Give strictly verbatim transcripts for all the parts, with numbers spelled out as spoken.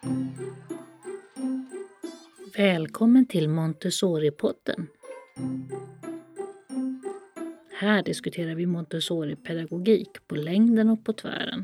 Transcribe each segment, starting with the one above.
Välkommen till Montessori-podden. Här diskuterar vi Montessori-pedagogik på längden och på tvären.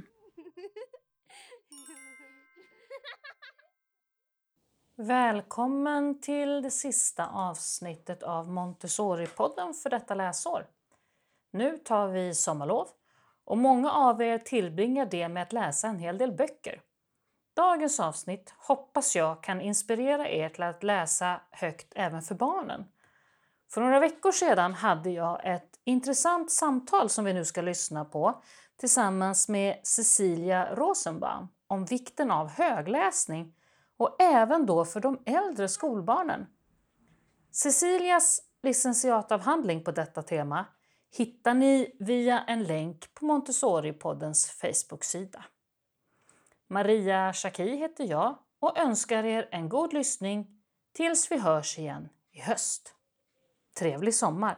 Välkommen till det sista avsnittet av Montessori-podden för detta läsår. Nu tar vi sommarlov och många av er tillbringar det med att läsa en hel del böcker. Dagens avsnitt hoppas jag kan inspirera er till att läsa högt även för barnen. För några veckor sedan hade jag ett intressant samtal som vi nu ska lyssna på tillsammans med Cecilia Rosenbaum om vikten av högläsning och även då för de äldre skolbarnen. Cecilias licentiatavhandling på detta tema hittar ni via en länk på Montessori-poddens Facebook-sida. Maria Schacki heter jag och önskar er en god lyssning tills vi hörs igen i höst. Trevlig sommar!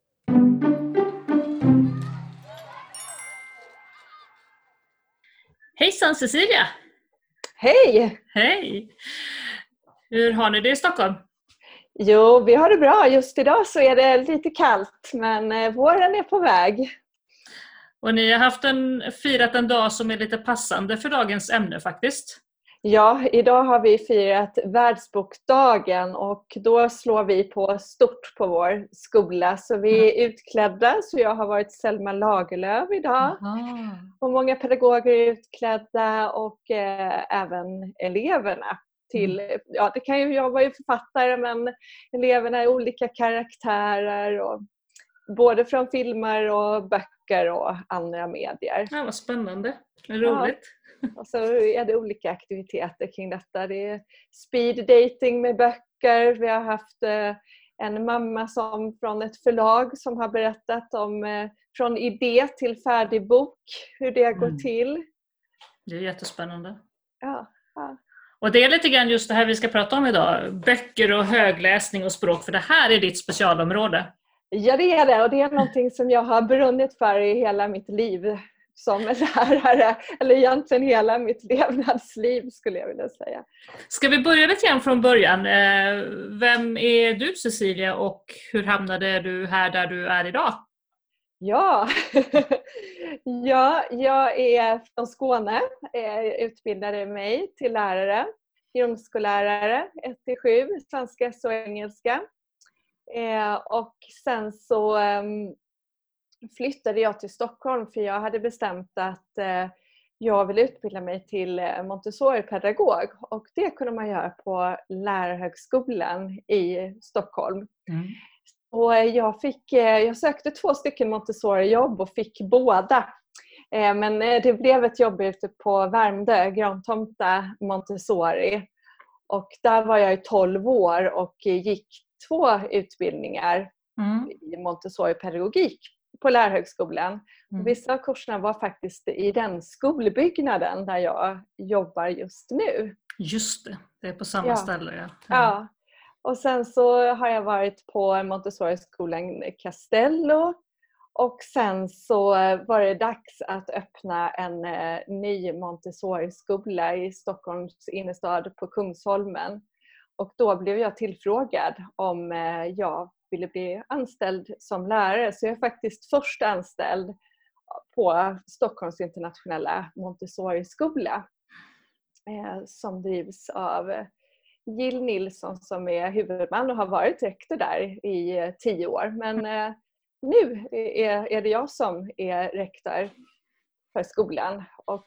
Hejsan Cecilia! Hej! Hej! Hur har ni det i Stockholm? Jo, vi har det bra. Just idag så är det lite kallt, men eh, våren är på väg. Och ni har haft en, firat en dag som är lite passande för dagens ämne faktiskt. Ja, idag har vi firat världsbokdagen och då slår vi på stort på vår skola. Så vi är utklädda, så jag har varit Selma Lagerlöf idag. Aha. Och många pedagoger är utklädda och eh, även eleverna. Till, mm. ja, det kan ju, jag var ju författare, men eleverna är olika karaktärer. Och, både från filmer och böcker och andra medier. Ja, vad spännande. Roligt. Ja. Och så är det olika aktiviteter kring detta. Det är speed dating med böcker. Vi har haft eh, en mamma som från ett förlag som har berättat om eh, från idé till färdig bok. Hur det går Mm. till. Det är jättespännande. Ja, ja. Och det är lite grann just det här vi ska prata om idag. Böcker och högläsning och språk. För det här är ditt specialområde. Ja, det är det. Och det är någonting som jag har brunnit för i hela mitt liv som lärare. Eller egentligen hela mitt levnadsliv skulle jag vilja säga. Ska vi börja lite grann från början? Vem är du Cecilia och hur hamnade du här där du är idag? Ja, ja jag är från Skåne. Jag utbildade mig till lärare, grundskollärare ett till sju, svenska och engelska. Eh, och sen så eh, flyttade jag till Stockholm för jag hade bestämt att eh, jag ville utbilda mig till Montessori-pedagog. Och det kunde man göra på Lärarhögskolan i Stockholm. Mm. Och jag, fick, eh, jag sökte två stycken Montessori-jobb och fick båda. Eh, men det blev ett jobb ute på Värmdö, Grantomta Montessori. Och där var jag i tolv år och gick två utbildningar mm. i Montessori-pedagogik på Lärarhögskolan. Mm. Vissa av kurserna var faktiskt i den skolbyggnaden där jag jobbar just nu. Just det, det är på samma ja. ställe. Ja. ja, och sen så har jag varit på Montessori-skolan Castello. Och sen så var det dags att öppna en eh, ny Montessori-skola i Stockholms innerstad på Kungsholmen. Och då blev jag tillfrågad om eh, jag ville bli anställd som lärare. Så jag är faktiskt först anställd på Stockholms internationella Montessori-skola. Eh, som drivs av Jill Nilsson som är huvudman och har varit rektor där i eh, tio år. Men eh, nu är, är det jag som är rektor för skolan. Och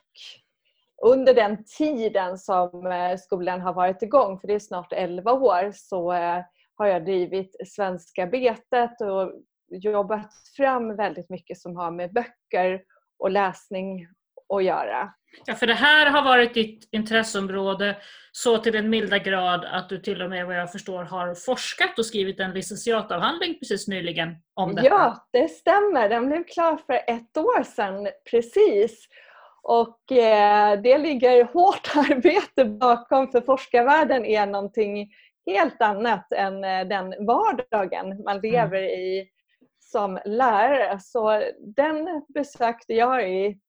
under den tiden som skolan har varit igång, för det är snart elva år, så har jag drivit Svenska betet och jobbat fram väldigt mycket som har med böcker och läsning att göra. Ja, för det här har varit ditt intresseområde så till den milda grad att du till och med vad jag förstår har forskat och skrivit en licentiatavhandling precis nyligen om detta. Ja, det stämmer. Den blev klar för ett år sedan precis. Och eh, det ligger hårt arbete bakom, för forskarvärlden är någonting helt annat än eh, den vardagen man lever mm. i som lärare. Så den besökte jag i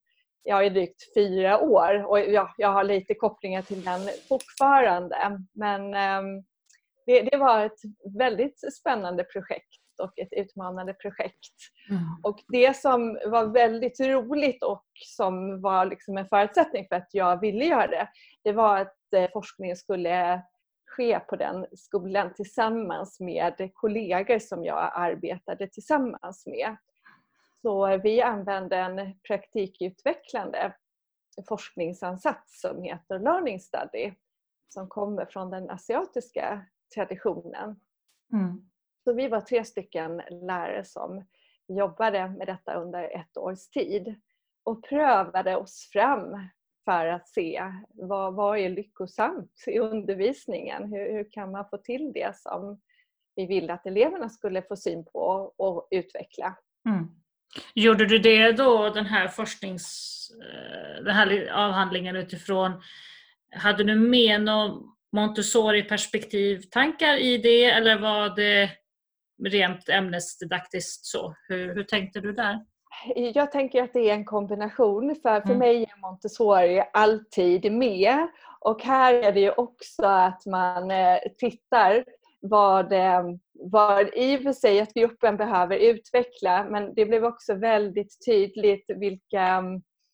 ja, i drygt fyra år. Och ja, jag har lite kopplingar till den fortfarande. Men eh, det, det var ett väldigt spännande projekt och ett utmanande projekt. Mm. Och det som var väldigt roligt och som var liksom en förutsättning för att jag ville göra det, det var att eh, forskningen skulle ske på den skolan tillsammans med kollegor som jag arbetade tillsammans med. Så vi använde en praktikutvecklande forskningsansats som heter Learning Study, som kommer från den asiatiska traditionen. Mm. Så vi var tre stycken lärare som jobbade med detta under ett års tid och prövade oss fram för att se vad, vad är lyckosamt i undervisningen. Hur, hur kan man få till det som vi ville att eleverna skulle få syn på och utveckla. Mm. Gjorde du det då, den här forsknings, den här avhandlingen utifrån, hade du med någon Montessori-perspektivtankar i det, eller var det rent ämnesdidaktiskt så? Hur, hur tänkte du där? Jag tänker att det är en kombination, för för mm. mig är Montessori alltid med. Och här är det ju också att man tittar vad, vad i och för sig att gruppen behöver utveckla, men det blev också väldigt tydligt vilka,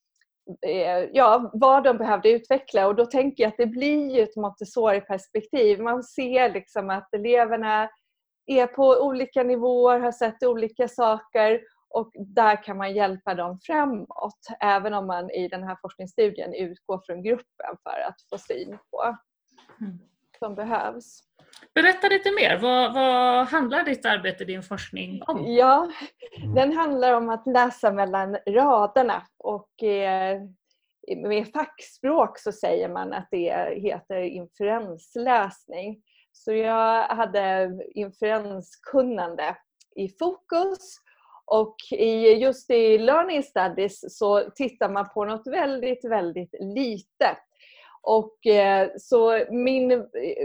ja, vad de behövde utveckla. Och då tänker jag att det blir ju ett Montessori-perspektiv. Man ser liksom att eleverna är på olika nivåer, har sett olika saker, och där kan man hjälpa dem framåt, även om man i den här forskningsstudien utgår från gruppen för att få syn på mm. som behövs. Berätta lite mer. Vad, vad handlar ditt arbete, din forskning om? Ja, den handlar om att läsa mellan raderna, och eh, med fackspråk så säger man att det heter inferensläsning. Så jag hade inferenskunnande i fokus, och i, just i Learning Studies så tittar man på något väldigt, väldigt lite. Och eh, så min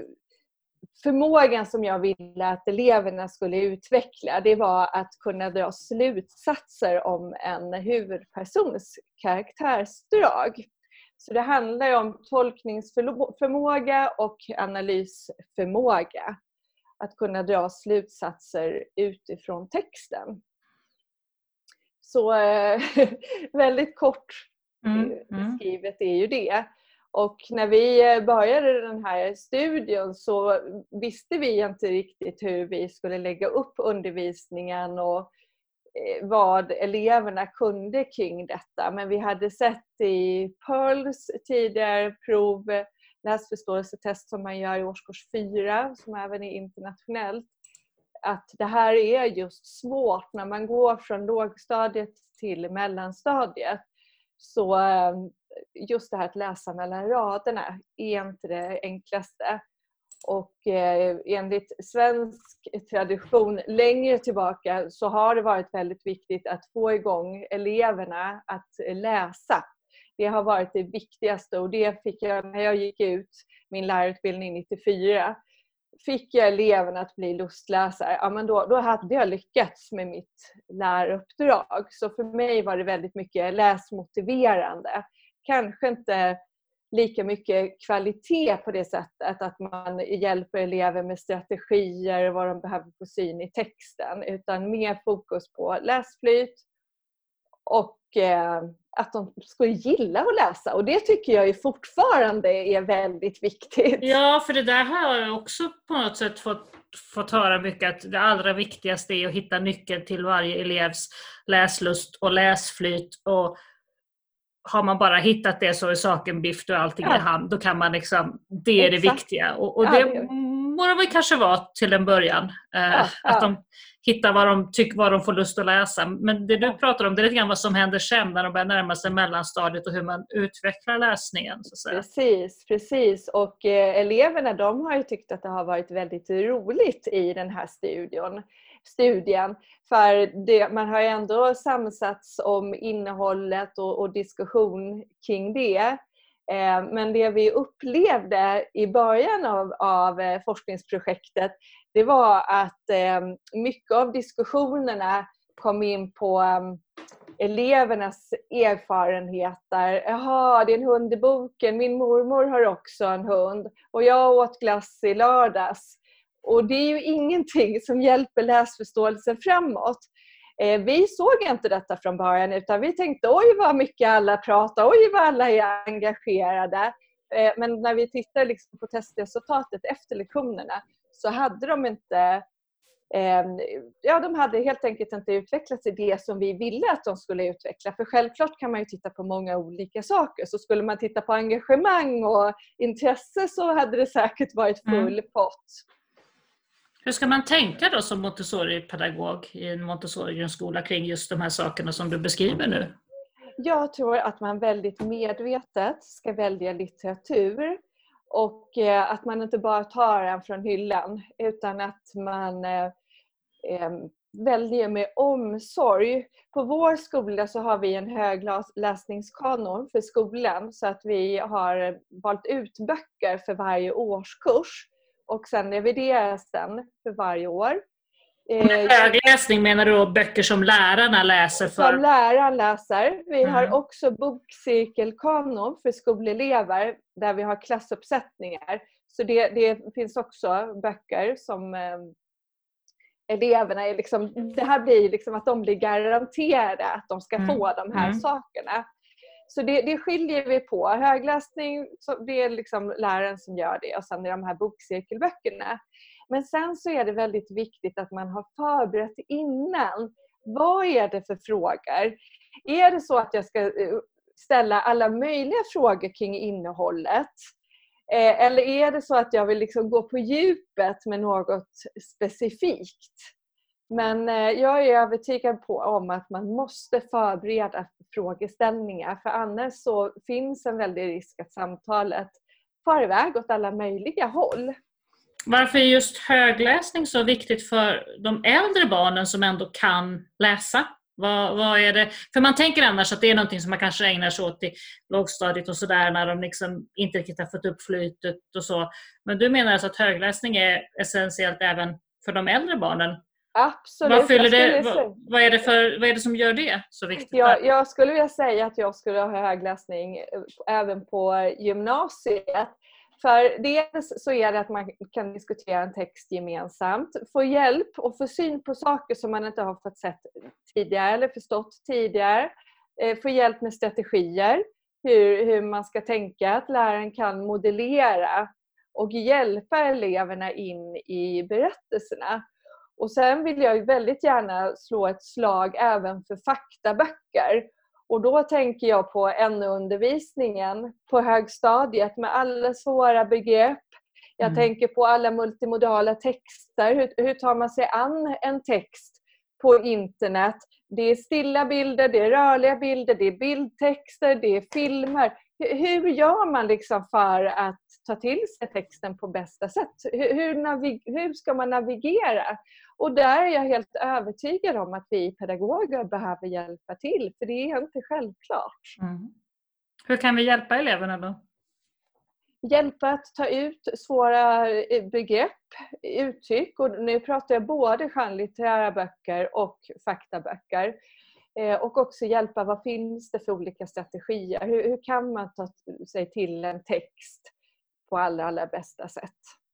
förmågan som jag ville att eleverna skulle utveckla, det var att kunna dra slutsatser om en huvudpersons karaktärsdrag. Så det handlar om tolkningsförmåga och analysförmåga. Att kunna dra slutsatser utifrån texten. Så eh, väldigt kort mm, mm. skrivet är ju det. Och när vi började den här studien så visste vi inte riktigt hur vi skulle lägga upp undervisningen och vad eleverna kunde kring detta. Men vi hade sett i Pearls tidigare prov, läsförståelsetest som man gör i årskurs fyra, som även är internationellt, att det här är just svårt när man går från lågstadiet till mellanstadiet. Så just det här att läsa mellan raderna är inte det enklaste. Och eh, enligt svensk tradition längre tillbaka så har det varit väldigt viktigt att få igång eleverna att läsa. Det har varit det viktigaste, och det fick jag när jag gick ut min lärarutbildning nittiofyra. Fick jag eleverna att bli lustläsare, ja, men då, då hade jag lyckats med mitt läraruppdrag. Så för mig var det väldigt mycket läsmotiverande. Kanske inte lika mycket kvalitet på det sättet att man hjälper elever med strategier och vad de behöver få syn i texten, utan mer fokus på läsflyt och eh, att de skulle gilla att läsa. Och det tycker jag ju fortfarande är väldigt viktigt. Ja, för det där har jag också på något sätt fått, fått höra mycket, att det allra viktigaste är att hitta nyckeln till varje elevs läslust och läsflyt, och har man bara hittat det så är saken biff och allting ja. i hamn. Då kan man liksom, det är Exakt. det viktiga. Och, och ja, det borde väl kanske vara till en början. Eh, ja, ja. Att de hittar vad de tycker, vad de får lust att läsa. Men det du pratar om, det är lite grann vad som händer sen när de börjar närma sig mellanstadiet och hur man utvecklar läsningen. Så att säga. Precis, precis. Och eh, eleverna, de har ju tyckt att det har varit väldigt roligt i den här studien. studien. För det, man har ju ändå samsats om innehållet och, och diskussion kring det. Eh, men det vi upplevde i början av, av eh, forskningsprojektet, det var att eh, mycket av diskussionerna kom in på elevernas erfarenheter. Jaha, det är en hund i boken. Min mormor har också en hund. Och jag åt glass i lördags. Och det är ju ingenting som hjälper läsförståelsen framåt. Eh, vi såg inte detta från början, utan vi tänkte oj vad mycket alla pratar, oj vad alla är engagerade. Eh, men när vi tittar liksom på testresultatet efter lektionerna så hade de inte eh, ja, de hade helt enkelt inte utvecklats i det som vi ville att de skulle utveckla. För självklart kan man ju titta på många olika saker. Så skulle man titta på engagemang och intresse så hade det säkert varit full mm. pott. Hur ska man tänka då som Montessori-pedagog i en Montessori-grundskola kring just de här sakerna som du beskriver nu? Jag tror att man väldigt medvetet ska välja litteratur och eh, att man inte bara tar den från hyllan utan att man eh, eh, väljer med omsorg. På vår skola så har vi en högläsningskanon för skolan så att vi har valt ut böcker för varje årskurs. Och sen revideras den för varje år. Med högläsning menar du då böcker som lärarna läser för? Som läraren läser. Vi mm. har också bokcirkelkanon för skolelever där vi har klassuppsättningar. Så det, det finns också böcker som eh, eleverna är liksom, det här blir liksom att de blir garanterade att de ska mm. få de här mm. sakerna. Så det, det skiljer vi på. Högläsning, så det är liksom läraren som gör det. Och sen är de här bokcirkelböckerna. Men sen så är det väldigt viktigt att man har förberett innan. Vad är det för frågor? Är det så att jag ska ställa alla möjliga frågor kring innehållet? Eh, eller är det så att jag vill liksom gå på djupet med något specifikt? Men eh, jag är övertygad på om att man måste förbereda frågeställningar. För annars så finns en väldig risk att samtalet far iväg åt alla möjliga håll. Varför är just högläsning så viktigt för de äldre barnen som ändå kan läsa? Vad, vad är det? För man tänker annars att det är någonting som man kanske ägnar sig åt i lågstadiet och sådär när de liksom inte riktigt har fått upp flytet och så. Men du menar alltså att högläsning är essentiellt även för de äldre barnen? Absolut. Vad, fyller det, vad, vad, är det för, vad är det som gör det så viktigt? Jag, jag skulle vilja säga att jag skulle ha högläsning även på gymnasiet. För dels så är det att man kan diskutera en text gemensamt, få hjälp och få syn på saker som man inte har fått sett tidigare eller förstått tidigare. Få hjälp med strategier, hur, hur man ska tänka, att läraren kan modellera och hjälpa eleverna in i berättelserna. Och sen vill jag väldigt gärna slå ett slag även för faktaböcker. Och då tänker jag på N O-undervisningen på högstadiet med alla svåra begrepp. Jag mm. tänker på alla multimodala texter. Hur, hur tar man sig an en text på internet? Det är stilla bilder, det är rörliga bilder, det är bildtexter, det är filmer. Hur, hur gör man liksom för att ta till sig texten på bästa sätt? Hur, hur, navig- hur ska man navigera? Och där är jag helt övertygad om att vi pedagoger behöver hjälpa till. För det är inte självklart. Mm. Hur kan vi hjälpa eleverna då? Hjälpa att ta ut svåra begrepp, uttryck. Och nu pratar jag både skönlitterära böcker och faktaböcker. Och också hjälpa, vad finns det för olika strategier? Hur, hur kan man ta sig till en text på allra, allra bästa sätt?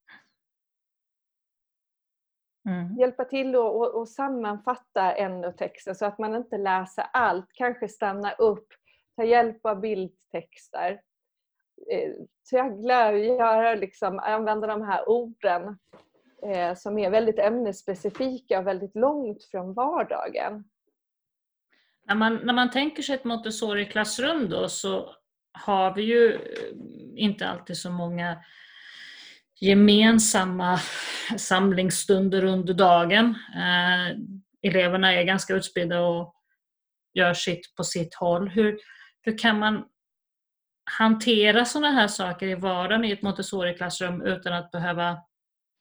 Mm. Hjälpa till och, och, och sammanfatta ändå texten så att man inte läser allt. Kanske stanna upp, ta hjälp av bildtexter. Eh, traggla, göra liksom, använda de här orden eh, som är väldigt ämnesspecifika och väldigt långt från vardagen. När man, när man tänker sig ett Montessori-klassrum då så har vi ju inte alltid så många gemensamma samlingsstunder under dagen. Eh, eleverna är ganska utspridda och gör sitt på sitt håll. Hur, hur kan man hantera sådana här saker i vardagen i ett Montessori-klassrum utan att behöva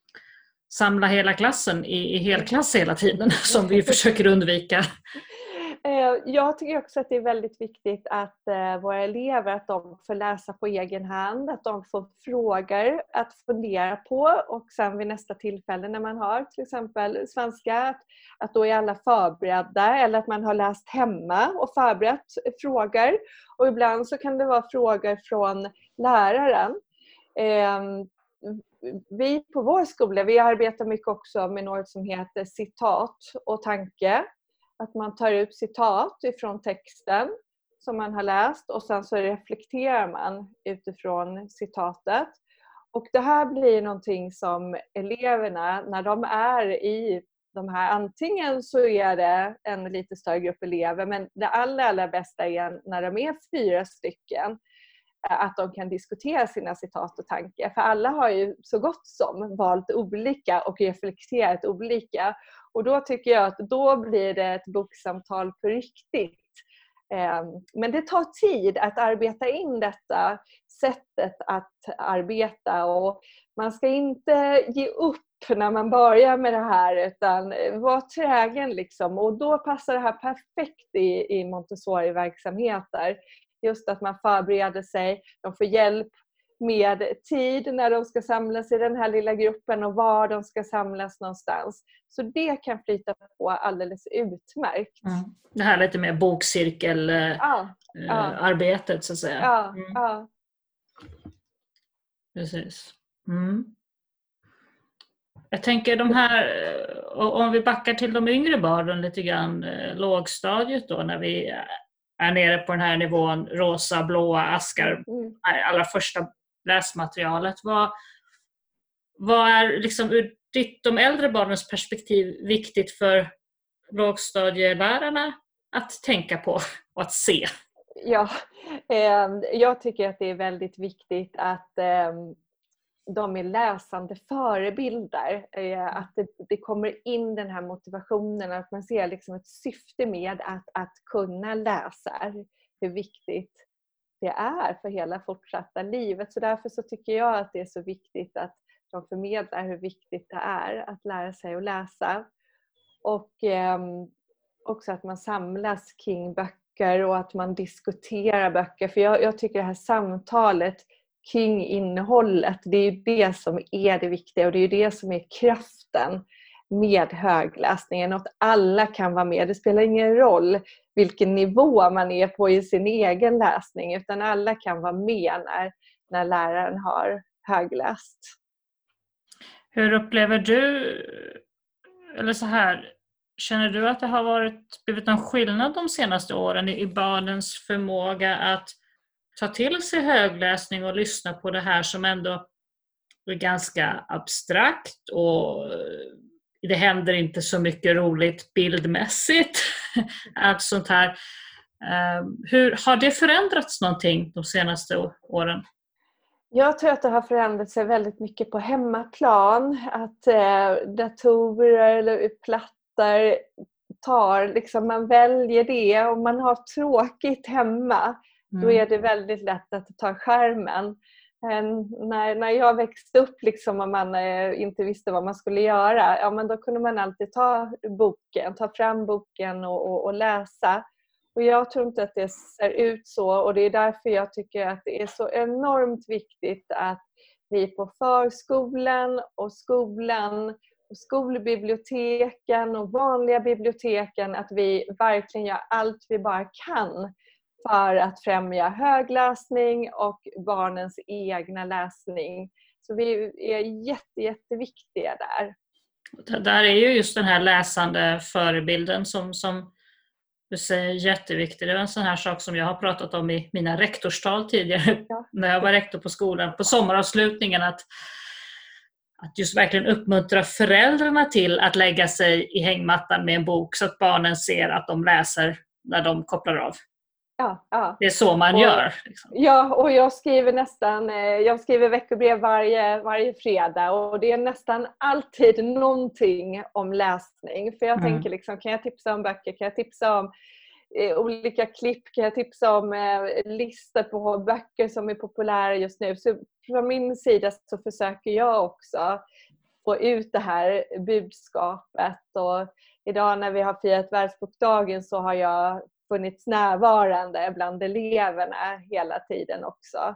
samla hela klassen i, i helklass hela tiden som vi försöker undvika? Jag tycker också att det är väldigt viktigt att våra elever att de får läsa på egen hand, att de får frågor att fundera på och sen vid nästa tillfälle när man har till exempel svenska, att då är alla förberedda eller att man har läst hemma och förberett frågor. Och ibland så kan det vara frågor från läraren. Vi på vår skola, vi arbetar mycket också med något som heter citat och tanke. Att man tar ut citat ifrån texten som man har läst och sen så reflekterar man utifrån citatet. Och det här blir någonting som eleverna, när de är i de här, antingen så är det en lite större grupp elever, men det allra, allra bästa är när de är fyra stycken, att de kan diskutera sina citat och tankar. För alla har ju så gott som valt olika och reflekterat olika. Och då tycker jag att då blir det ett boksamtal på riktigt. Men det tar tid att arbeta in detta sättet att arbeta. Och man ska inte ge upp när man börjar med det här, utan vara trägen liksom. Och då passar det här perfekt i, i Montessori-verksamheter. Just att man förbereder sig, de får hjälp med tid när de ska samlas i den här lilla gruppen och var de ska samlas någonstans. Så det kan flyta på alldeles utmärkt. Mm. Det här lite mer bokcirkelarbetet ja, ja. så att säga. Ja, mm. ja. Precis. Mm. Jag tänker de här, om vi backar till de yngre barnen lite grann, lågstadiet då, när vi är nere på den här nivån, rosa, blåa askar, mm. allra första läsmaterialet. Vad, vad är liksom ur ditt, de äldre barnens perspektiv viktigt för lågstadielärarna att tänka på och att se? Ja, eh, jag tycker att det är väldigt viktigt att eh, de är läsande förebilder. Eh, att det, det kommer in den här motivationen, att man ser liksom ett syfte med att, att kunna läsa. Hur viktigt det är för hela fortsatta livet. Så därför så tycker jag att det är så viktigt att de förmedlar hur viktigt det är att lära sig att läsa. Och eh, också att man samlas kring böcker och att man diskuterar böcker. För jag, jag tycker det här samtalet kring innehållet, det är ju det som är det viktiga och det är ju det som är kraften med högläsningen. Och att alla kan vara med. Det spelar ingen roll vilken nivå man är på i sin egen läsning, utan alla kan vara med när, när läraren har högläst. Hur upplever du, eller så här, känner du att det har varit, blivit en skillnad de senaste åren i, i barnens förmåga att ta till sig högläsning och lyssna på det här som ändå är ganska abstrakt och det händer inte så mycket roligt bildmässigt. Allt sånt här. Hur har det förändrats någonting de senaste åren? Jag tror att det har förändrat sig väldigt mycket på hemmaplan. Att eh, datorer eller plattor tar, liksom man väljer det. Om man har tråkigt hemma, mm. då är det väldigt lätt att ta skärmen. En, när, när jag växte upp liksom, och man eh, inte visste vad man skulle göra, ja, men då kunde man alltid ta boken, ta fram boken och, och, och läsa. Och jag tror inte att det ser ut så, och det är därför jag tycker att det är så enormt viktigt att vi på förskolan och skolan och skolbiblioteken och vanliga biblioteken, att vi verkligen gör allt vi bara kan för att främja högläsning och barnens egna läsning. Så vi är jätte, jätteviktiga där. Där är ju just den här läsande förebilden som, som du säger jätteviktig. Det är en sån här sak som jag har pratat om i mina rektorstal tidigare, ja. När jag var rektor på skolan på sommaravslutningen, att, att just verkligen uppmuntra föräldrarna till att lägga sig i hängmattan med en bok så att barnen ser att de läser när de kopplar av. Ja, ja. Det är så man och, gör. Liksom. Ja, och jag skriver nästan, jag skriver veckobrev varje, varje fredag, och det är nästan alltid någonting om läsning. För jag mm. tänker liksom, kan jag tipsa om böcker, kan jag tipsa om eh, olika klipp, kan jag tipsa om eh, listor på böcker som är populära just nu. Så från min sida så försöker jag också få ut det här budskapet. Och idag när vi har firat världsbokdagen så har jag funnits närvarande bland eleverna hela tiden också.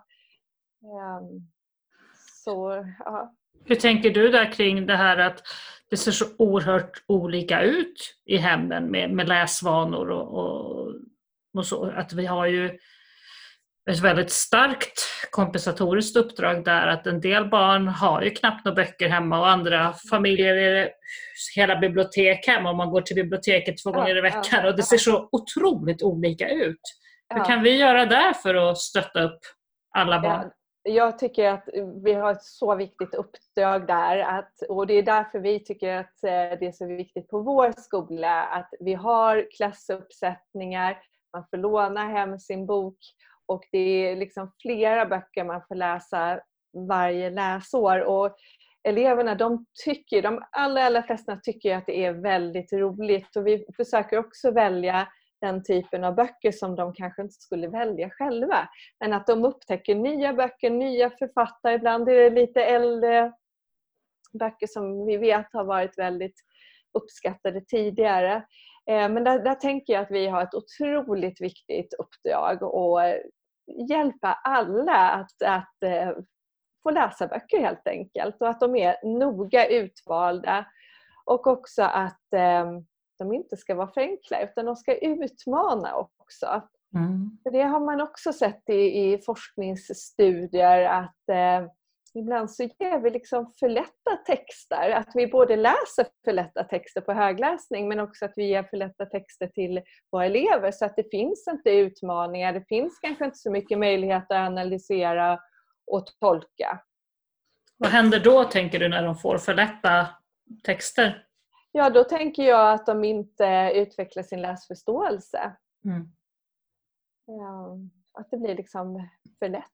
Så, ja. Hur tänker du där kring det här att det ser så oerhört olika ut i hemmen med, med läsvanor och, och, och så? Att vi har ju ett väldigt starkt kompensatoriskt uppdrag där, att en del barn har ju knappt några böcker hemma och andra familjer är det hela bibliotek hemma och man går till biblioteket två gånger i veckan och det ser så otroligt olika ut. Hur Ja. kan vi göra där för att stötta upp alla barn? Ja. Jag tycker att vi har ett så viktigt uppdrag där att, och det är därför vi tycker att det är så viktigt på vår skola att vi har klassuppsättningar, man får låna hem sin bok och det är liksom flera böcker man får läsa varje läsår. Och eleverna, de tycker, de allra, allra flesta tycker att det är väldigt roligt och vi försöker också välja den typen av böcker som de kanske inte skulle välja själva. Men att de upptäcker nya böcker, nya författare. Ibland är det lite äldre böcker som vi vet har varit väldigt uppskattade tidigare. Men där, där tänker jag att vi har ett otroligt viktigt uppdrag och hjälpa alla att, att få läsa böcker helt enkelt. Och att de är noga utvalda. Och också att de inte ska vara för enkla utan de ska utmana också. Mm. För det har man också sett i, i forskningsstudier att eh, ibland så ger vi liksom för lätta texter. Att vi både läser för lätta texter på högläsning men också att vi ger för lätta texter till våra elever så att det finns inte utmaningar. Det finns kanske inte så mycket möjlighet att analysera och tolka. Vad händer då tänker du när de får för lätta texter? Ja, då tänker jag att de inte utvecklar sin läsförståelse. Mm. Ja, att det blir liksom för lätt.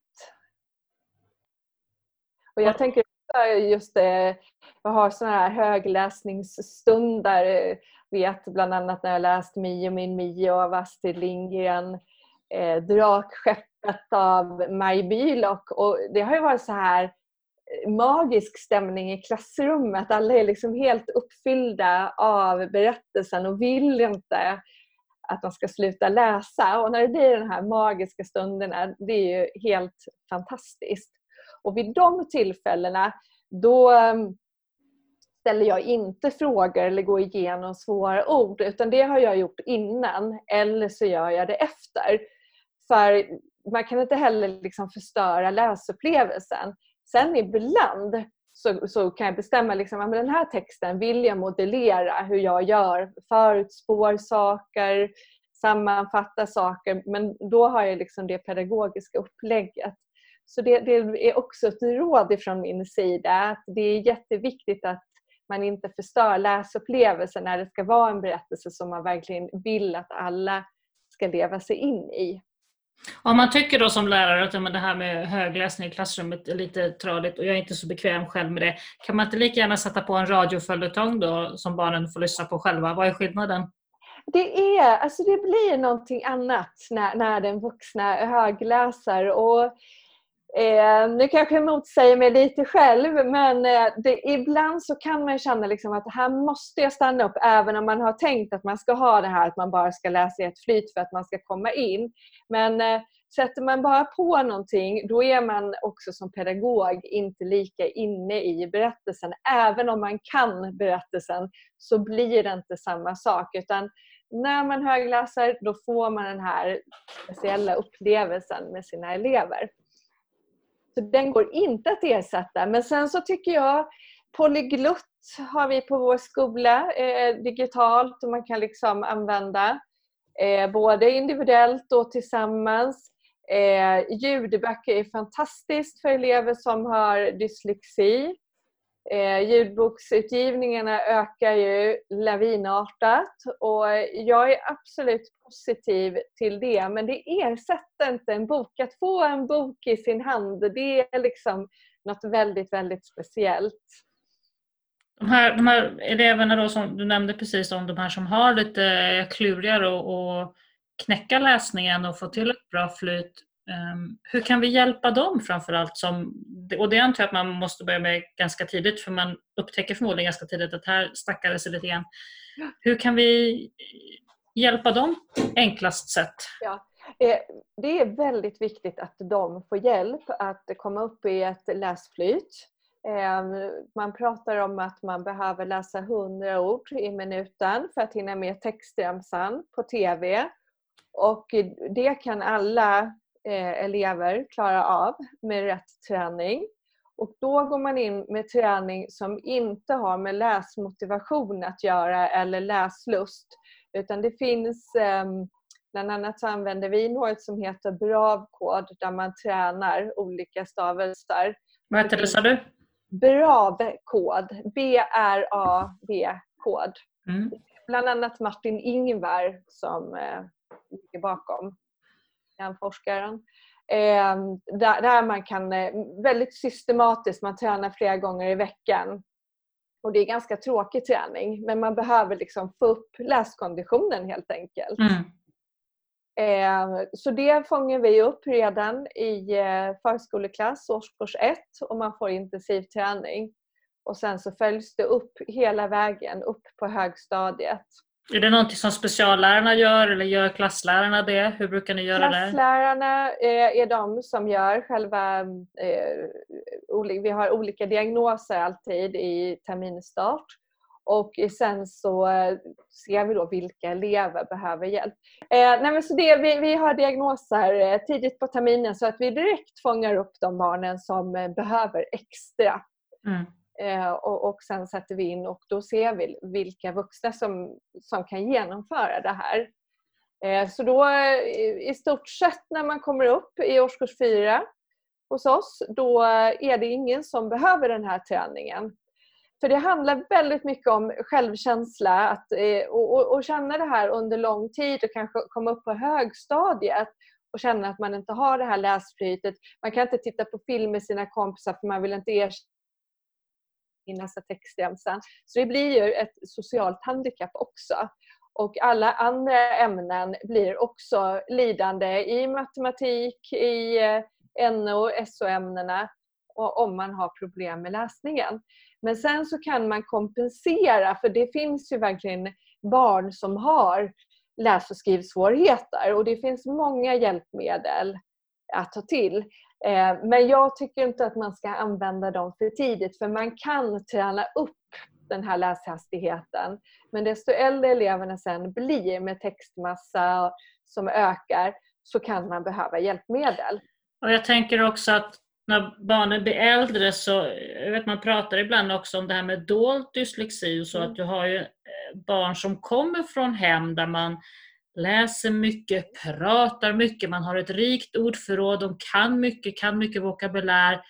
Och jag tänker just det, jag har sådana här högläsningsstunder. Jag vet bland annat när jag läst Mio min Mio av Astrid Lindgren. Eh, Drakskeppet av Maj Bülow. Och det har ju varit så här magisk stämning i klassrummet. Alla är liksom helt uppfyllda av berättelsen och vill inte att de ska sluta läsa. Och när det blir den här magiska stunderna, det är ju helt fantastiskt. Och vid de tillfällena, då ställer jag inte frågor eller går igenom svåra ord. Utan det har jag gjort innan, eller så gör jag det efter. För man kan inte heller liksom förstöra läsupplevelsen. Sen ibland så, så kan jag bestämma liksom, att den här texten vill jag modellera hur jag gör. Förutspår saker, sammanfatta saker. Men då har jag liksom det pedagogiska upplägget. Så det, det är också ett råd från min sida. Att det är jätteviktigt att man inte förstör läsupplevelsen när det ska vara en berättelse som man verkligen vill att alla ska leva sig in i. Om man tycker då som lärare att det här med högläsning i klassrummet är lite tradigt och jag är inte så bekväm själv med det, kan man inte lika gärna sätta på en radioföljetong då som barnen får lyssna på själva? Vad är skillnaden? Det är, alltså det blir någonting annat när, när den vuxna högläser och eh, nu kanske jag motsäger mig lite själv men eh, det, ibland så kan man känna liksom att här måste jag stanna upp även om man har tänkt att man ska ha det här att man bara ska läsa i ett flyt för att man ska komma in. Men eh, sätter man bara på någonting då är man också som pedagog inte lika inne i berättelsen. Även om man kan berättelsen så blir det inte samma sak utan när man högläser då får man den här speciella upplevelsen med sina elever. Så den går inte att ersätta. Men sen så tycker jag polyglott har vi på vår skola eh, digitalt och man kan liksom använda eh, både individuellt och tillsammans. Eh, ljudböcker är fantastiskt för elever som har dyslexi. Eh, ljudboksutgivningarna ökar ju lavinartat och jag är absolut positiv till det men det ersätter inte en bok. Att få en bok i sin hand det är liksom något väldigt väldigt speciellt. De här, de här eleverna då som du nämnde precis om de här som har lite klurigare och, och knäcka läsningen och få till ett bra flyt. Um, hur kan vi hjälpa dem framförallt som och det antar jag att man måste börja med ganska tidigt, för man upptäcker förmodligen ganska tidigt att här stackar det sig lite grann. Hur kan vi hjälpa dem enklast sätt? Ja. Det är väldigt viktigt att de får hjälp att komma upp i ett läsflyt. Man pratar om att man behöver läsa hundra ord i minuten för att hinna med textremsan på tv. Och det kan alla elever klara av med rätt träning. Och då går man in med träning som inte har med läsmotivation att göra eller läslust. Utan det finns, bland annat så använder vi något som heter Bravkod där man tränar olika stavelser. Vad heter det, sa du? Bravkod. B R A V-kod. Mm. Bland annat Martin Ingvar som eh, ligger bakom, den forskaren. Eh, där, där man kan eh, väldigt systematiskt, man tränar flera gånger i veckan. Och det är ganska tråkig träning, men man behöver liksom få upp läskonditionen helt enkelt. Mm. Eh, så det fångar vi upp redan i eh, förskoleklass, årskurs ett, och man får intensiv träning. Och sen så följs det upp hela vägen upp på högstadiet. Är det någonting som speciallärarna gör eller gör klasslärarna det? Hur brukar ni göra det? Klasslärarna eh, är de som gör själva, eh, oli- vi har olika diagnoser alltid i terminstart. Och sen så eh, ser vi då vilka elever behöver hjälp. Eh, nej men så det, vi, vi har diagnoser eh, tidigt på terminen så att vi direkt fångar upp de barnen som eh, behöver extra. Mm. Eh, och, och sen sätter vi in och då ser vi vilka vuxna som, som kan genomföra det här. Eh, så då i, i stort sett när man kommer upp i årskurs fyra hos oss, då är det ingen som behöver den här träningen. För det handlar väldigt mycket om självkänsla att, eh, och, och, och känna det här under lång tid och kanske komma upp på högstadiet och känna att man inte har det här läsflytet. Man kan inte titta på film med sina kompisar för man vill inte erkänna nästa textremsan. Så det blir ju ett socialt handikapp också. Och alla andra ämnen blir också lidande i matematik, i N O och S O-ämnena om man har problem med läsningen. Men sen så kan man kompensera, för det finns ju verkligen barn som har läs- och skrivsvårigheter och det finns många hjälpmedel att ta till. Men jag tycker inte att man ska använda dem för tidigt, för man kan träna upp den här läshastigheten. Men desto äldre eleverna sen blir med textmassa som ökar så kan man behöva hjälpmedel. Och jag tänker också att när barnen blir äldre så, jag vet man pratar ibland också om det här med dold dyslexi och så, mm. att du har ju barn som kommer från hem där man läser mycket, pratar mycket, man har ett rikt ordförråd, de kan mycket, kan mycket vokabulär.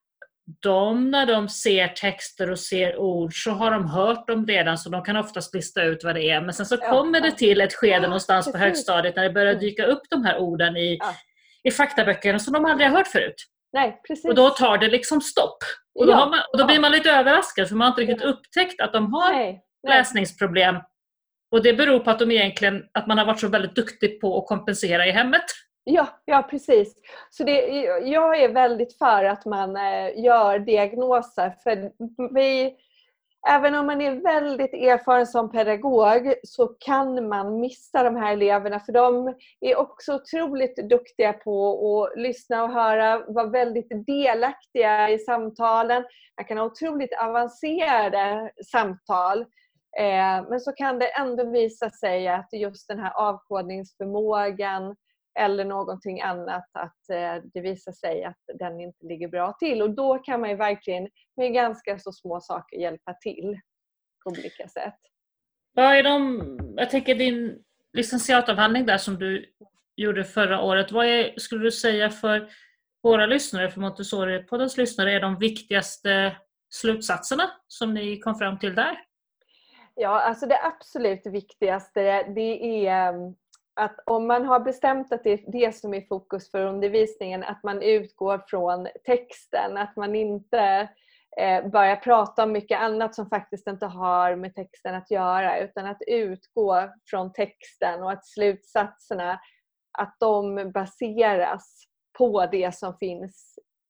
De, när de ser texter och ser ord så har de hört dem redan, så de kan oftast lista ut vad det är. Men sen så ja, kommer ja. det till ett skede ja, någonstans precis. på högstadiet när det börjar dyka upp de här orden i, ja. i faktaböckerna som de aldrig har hört förut. Nej, precis. Och då tar det liksom stopp. Och då, ja, har man, och då ja. blir man lite överraskad för man har inte riktigt ja. upptäckt att de har nej, nej. läsningsproblem. Och det beror på att de egentligen, att man har varit så väldigt duktig på att kompensera i hemmet. Ja, ja precis. Så det, jag är väldigt för att man gör diagnoser. För vi, även om man är väldigt erfaren som pedagog så kan man missa de här eleverna. För de är också otroligt duktiga på att lyssna och höra, vara väldigt delaktiga i samtalen. Man kan ha otroligt avancerade samtal. Men så kan det ändå visa sig att just den här avkodningsförmågan eller någonting annat, att det visar sig att den inte ligger bra till. Och då kan man ju verkligen med ganska så små saker hjälpa till på olika sätt. Vad är de, jag tänker din licentiatavhandling där som du gjorde förra året. Vad är, skulle du säga för våra lyssnare, för Montessori-poddens lyssnare, är de viktigaste slutsatserna som ni kom fram till där? Ja, alltså det absolut viktigaste det är att om man har bestämt att det är det som är fokus för undervisningen, att man utgår från texten, att man inte eh, börjar prata om mycket annat som faktiskt inte har med texten att göra, utan att utgå från texten och att slutsatserna, att de baseras på det som finns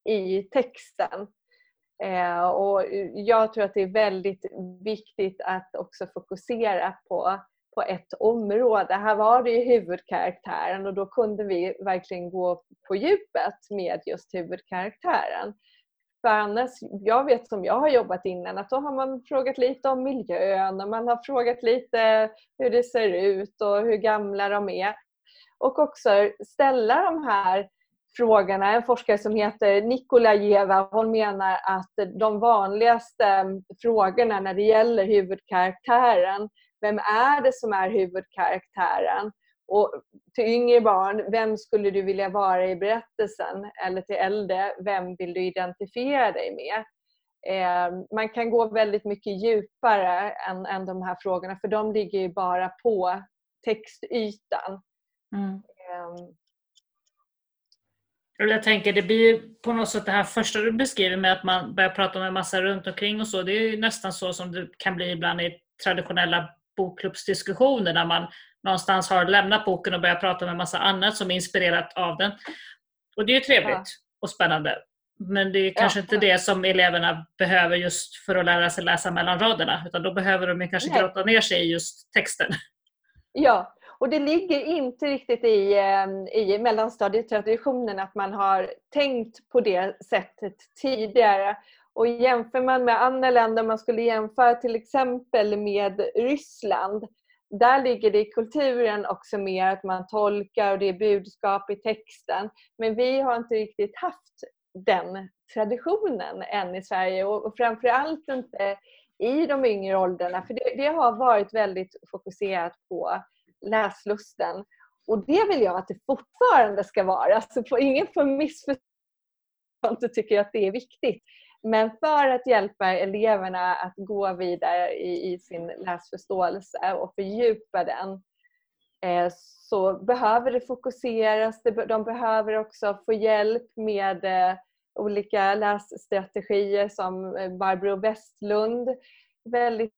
i texten. Eh, och jag tror att det är väldigt viktigt att också fokusera på, på ett område. Här var det ju huvudkaraktären och då kunde vi verkligen gå på djupet med just huvudkaraktären. För annars, jag vet som jag har jobbat innan, att då har man frågat lite om miljön och man har frågat lite hur det ser ut och hur gamla de är. Och också ställa de här frågorna. En forskare som heter Nikolajeva, hon menar att de vanligaste frågorna när det gäller huvudkaraktären, vem är det som är huvudkaraktären? Och till yngre barn, vem skulle du vilja vara i berättelsen? Eller till äldre, vem vill du identifiera dig med? Eh, man kan gå väldigt mycket djupare än, än de här frågorna, för de ligger ju bara på textytan. Mm. Eh, Jag tänker, det blir på något sätt det här första du beskriver med att man börjar prata om en massa runt omkring och så. Det är ju nästan så som det kan bli ibland i traditionella bokklubbsdiskussioner när man någonstans har lämnat boken och börjat prata om en massa annat som är inspirerat av den. Och det är ju trevligt ja. och spännande. Men det är kanske ja, inte ja. det som eleverna behöver just för att lära sig läsa mellan raderna. Utan då behöver de kanske Nej. grotta ner sig i just texten. Ja, och det ligger inte riktigt i, i mellanstadietraditionen att man har tänkt på det sättet tidigare. Och jämför man med andra länder, man skulle jämföra till exempel med Ryssland. Där ligger det i kulturen också mer att man tolkar och det är budskap i texten. Men vi har inte riktigt haft den traditionen än i Sverige. Och framförallt inte i de yngre åldrarna. För det, det har varit väldigt fokuserat på läslusten. Och det vill jag att det fortfarande ska vara. Så får ingen får missförstå och tycker att det är viktigt. Men för att hjälpa eleverna att gå vidare i, i sin läsförståelse och fördjupa den eh, så behöver det fokuseras. De behöver också få hjälp med eh, olika lässtrategier som Barbro Westlund väldigt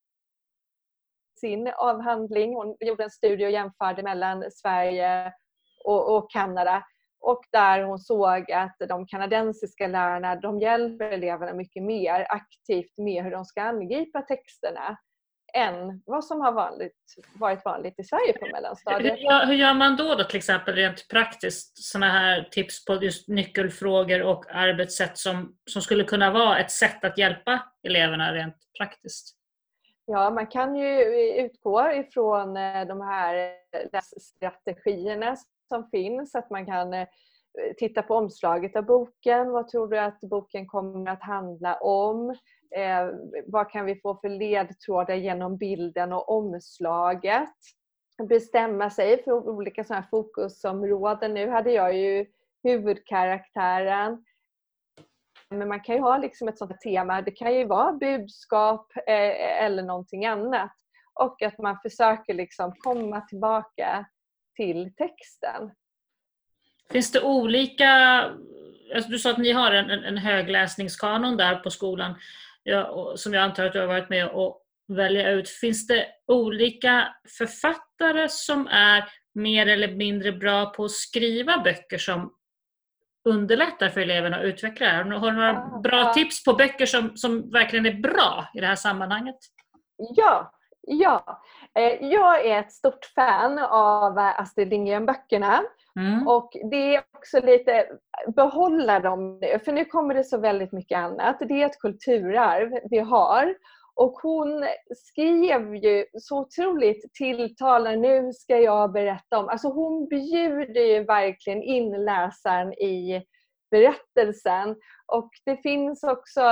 sin avhandling. Hon gjorde en studie och jämförde mellan Sverige och, och Kanada. Och där hon såg att de kanadensiska lärarna, de hjälper eleverna mycket mer aktivt med hur de ska angripa texterna än vad som har vanligt, varit vanligt i Sverige på mellanstadiet. Hur, hur gör man då, då till exempel rent praktiskt sådana här tips på just nyckelfrågor och arbetssätt som, som skulle kunna vara ett sätt att hjälpa eleverna rent praktiskt? Ja, man kan ju utgå ifrån de här lässtrategierna som finns. Att man kan titta på omslaget av boken. Vad tror du att boken kommer att handla om? Eh, vad kan vi få för ledtrådar genom bilden och omslaget? Bestämma sig för olika sådana här fokusområden. Nu hade jag ju huvudkaraktären. Men man kan ju ha liksom ett sådant tema. Det kan ju vara budskap eh, eller någonting annat. Och att man försöker liksom komma tillbaka till texten. Finns det olika, alltså du sa att ni har en, en högläsningskanon där på skolan, ja, som jag antar att du har varit med och välja ut. Finns det olika författare som är mer eller mindre bra på att skriva böcker som underlättar för eleverna att utveckla det här? Har du några bra ja. tips på böcker som, som verkligen är bra i det här sammanhanget? Ja, ja. Jag är ett stort fan av Astrid Lindgren-böckerna. Mm. Och det är också lite behålla dem, för nu kommer det så väldigt mycket annat. Det är ett kulturarv vi har. Och hon skrev ju så otroligt tilltalande, nu ska jag berätta om. Alltså hon bjuder ju verkligen in läsaren i berättelsen. Och det finns också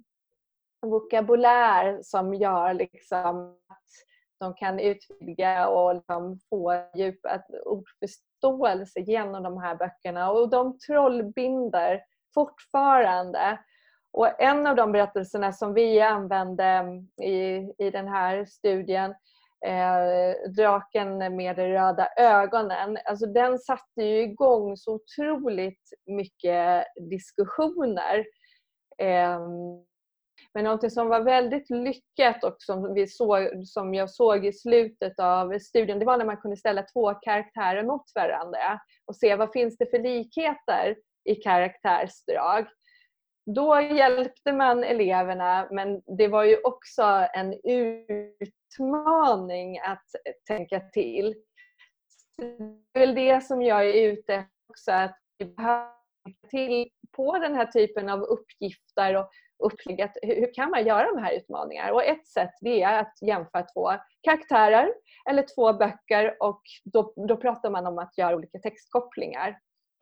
vokabulär som gör liksom att de kan utvidga och liksom få djupat ordförståelse genom de här böckerna. Och de trollbinder fortfarande. Och en av de berättelserna som vi använde i, i den här studien, eh, Draken med de röda ögonen, alltså den satte ju igång så otroligt mycket diskussioner. Eh, men något som var väldigt lyckat och som, vi såg, som jag såg i slutet av studien, det var när man kunde ställa två karaktärer mot varandra och se vad finns det för likheter i karaktärsdrag. då hjälpte man eleverna, men det var ju också en utmaning att tänka till. Det är väl det som jag är ute efter också, att vi behöver tänka till på den här typen av uppgifter och upplägg. Att hur kan man göra de här utmaningarna? Och ett sätt det är att jämföra två karaktärer eller två böcker, och då, då pratar man om att göra olika textkopplingar.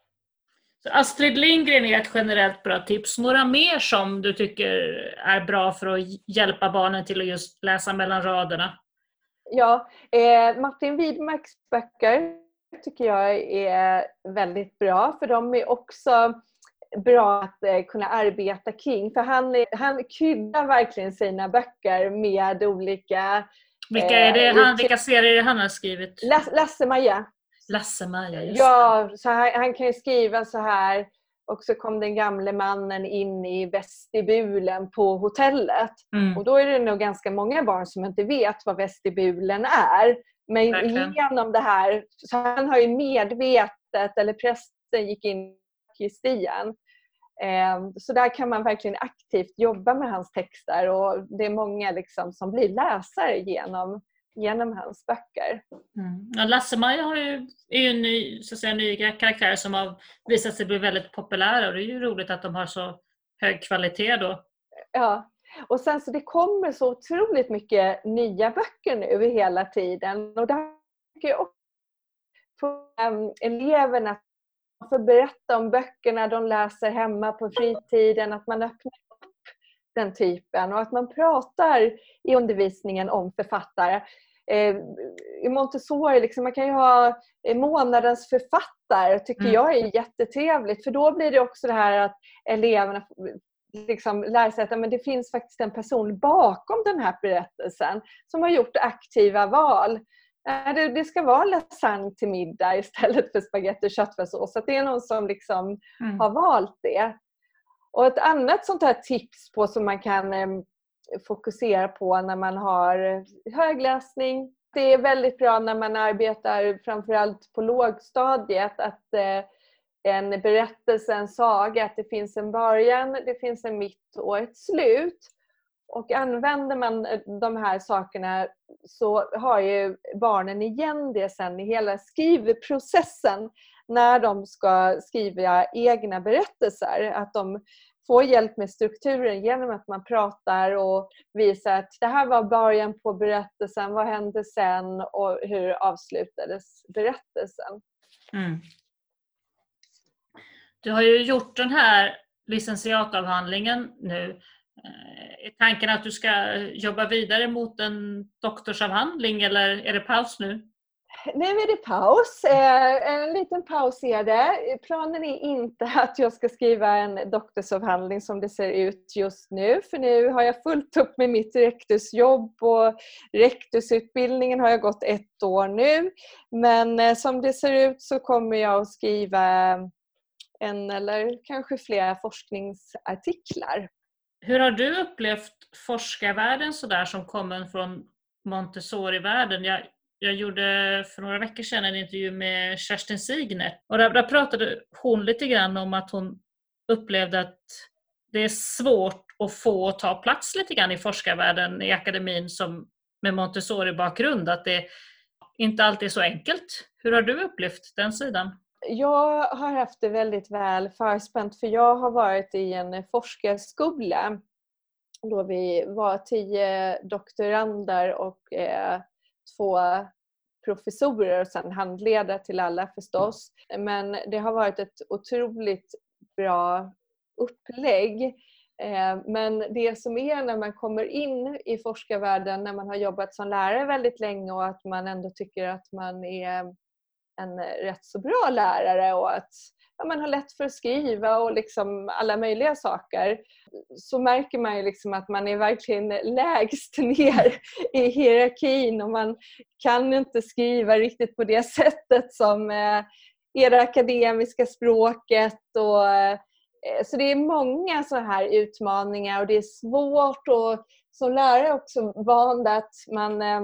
Så Astrid Lindgren är ett generellt bra tips. Några mer som du tycker är bra för att hjälpa barnen till att just läsa mellan raderna? Ja, eh, Martin Widmarks böcker tycker jag är väldigt bra, för de är också bra att eh, kunna arbeta kring. För han, han kryddar verkligen sina böcker med olika... Vilka, är det, han, vilka serier han har skrivit? Lasse-Maja. Lasse-Maja, just Ja, så han, han kan ju skriva så här. Och så kom den gamle mannen in i vestibulen på hotellet. Mm. Och då är det nog ganska många barn som inte vet vad vestibulen är. Men verkligen. Genom det här, så han har ju medvetet, eller prästen gick in i stigen. Så där kan man verkligen aktivt jobba med hans texter, och det är många liksom som blir läsare genom, genom hans böcker. Mm. Ja, Lasse-Maja har ju, är ju en ny, så att säga, nya karaktärer som har visat sig bli väldigt populära, och det är ju roligt att de har så hög kvalitet då. Ja, och sen så det kommer så otroligt mycket nya böcker nu hela tiden, och där tycker jag också för um, eleverna får berätta om böckerna de läser hemma på fritiden, att man öppnar upp den typen och att man pratar i undervisningen om författare. Eh, I Montessori, liksom, man kan ju ha månadens författare, tycker mm. jag är jättetrevligt, för då blir det också det här att eleverna liksom lär sig att men det finns faktiskt en person bakom den här berättelsen som har gjort aktiva val. Det, det ska vara lasagne till middag istället för spaghetti och köttfärssås. Så att det är någon som liksom mm. har valt det. Och ett annat sånt här tips på som man kan eh, fokusera på när man har högläsning. Det är väldigt bra när man arbetar framförallt på lågstadiet att eh, en berättelse, en saga, att det finns en början, det finns en mitt och ett slut. Och använder man de här sakerna så har ju barnen igen det sen i hela skrivprocessen när de ska skriva egna berättelser. Att de får hjälp med strukturen genom att man pratar och visar att det här var början på berättelsen, vad hände sen och hur avslutades berättelsen. Mm. Du har ju gjort den här licentiatavhandlingen nu. Är tanken att du ska jobba vidare mot en doktorsavhandling, eller är det paus nu? Nu är det paus. En liten paus är det. Planen är inte att jag ska skriva en doktorsavhandling som det ser ut just nu. För nu har jag fullt upp med mitt rektorsjobb, och rektorsutbildningen har jag gått ett år nu. Men som det ser ut så kommer jag att skriva en eller kanske flera forskningsartiklar. Hur har du upplevt forskarvärlden så där som kommer från Montessori-världen? Jag, jag gjorde för några veckor sedan en intervju med Kerstin Signer, och där, där pratade hon lite grann om att hon upplevde att det är svårt att få ta plats lite grann i forskarvärlden i akademin som med Montessori-bakgrund, att det inte alltid är så enkelt. Hur har du upplevt den sidan? Jag har haft det väldigt väl förspänt, för jag har varit i en forskarskola då vi var tio doktorander och eh, två professorer och sen handledare till alla förstås. Men det har varit ett otroligt bra upplägg. Eh, men det som är när man kommer in i forskarvärlden, när man har jobbat som lärare väldigt länge och att man ändå tycker att man är en rätt så bra lärare och att ja, man har lätt för att skriva och liksom alla möjliga saker, så märker man ju liksom att man är verkligen lägst ner i hierarkin, och man kan inte skriva riktigt på det sättet som eh, är det akademiska språket. Och, eh, så det är många så här utmaningar, och det är svårt, och som lärare också van att man eh,